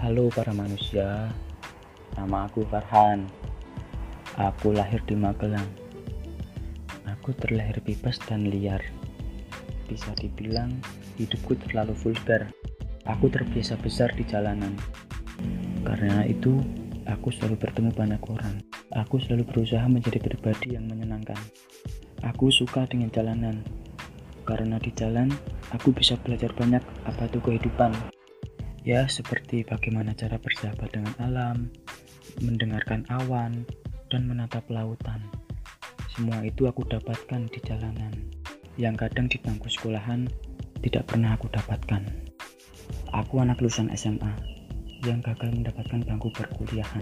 Halo para manusia, nama aku Farhan. Aku lahir di Magelang. Aku terlahir bebas dan liar. Bisa dibilang hidupku terlalu vulgar. Aku terbiasa besar di jalanan. Karena itu, aku selalu bertemu banyak orang. Aku selalu berusaha menjadi pribadi yang menyenangkan. Aku suka dengan jalanan. Karena di jalan, aku bisa belajar banyak apa itu kehidupan. Ya, seperti bagaimana cara bersahabat dengan alam, mendengarkan awan, dan menatap lautan. Semua itu aku dapatkan di jalanan, yang kadang di bangku sekolahan tidak pernah aku dapatkan. Aku anak lulusan SMA, yang gagal mendapatkan bangku perkuliahan.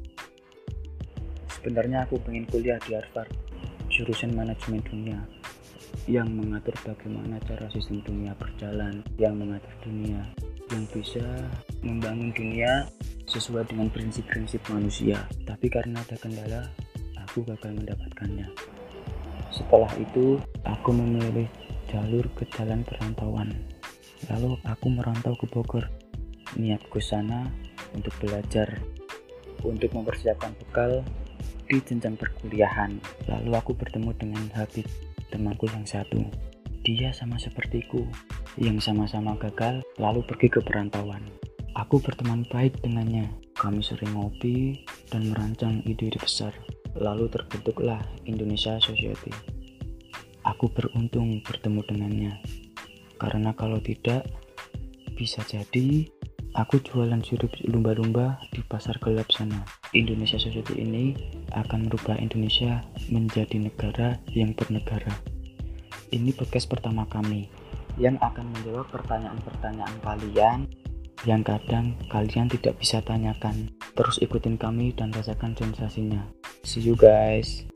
Sebenarnya aku pengen kuliah di Harvard, jurusan manajemen dunia, yang mengatur bagaimana cara sistem dunia berjalan, yang mengatur dunia, yang bisa membangun dunia sesuai dengan prinsip-prinsip manusia. Tapi karena ada kendala, aku gagal mendapatkannya. Setelah itu, aku memilih jalur ke jalan perantauan. Lalu aku merantau ke Bogor. Niatku sana untuk belajar, untuk mempersiapkan bekal di jenjang perkuliahan. Lalu aku bertemu dengan Habib, temanku yang satu. Dia sama sepertiku, yang sama-sama gagal lalu pergi ke perantauan. Aku berteman baik dengannya. Kami sering ngopi dan merancang ide-ide besar. Lalu terbentuklah Indonesia Society. Aku beruntung bertemu dengannya. Karena kalau tidak, bisa jadi aku jualan sirup lumba-lumba di pasar gelap sana. Indonesia Society ini akan merubah Indonesia menjadi negara yang bernegara. Ini podcast pertama kami yang akan menjawab pertanyaan-pertanyaan kalian yang kadang kalian tidak bisa tanyakan. Terus ikutin kami dan rasakan sensasinya. See you guys.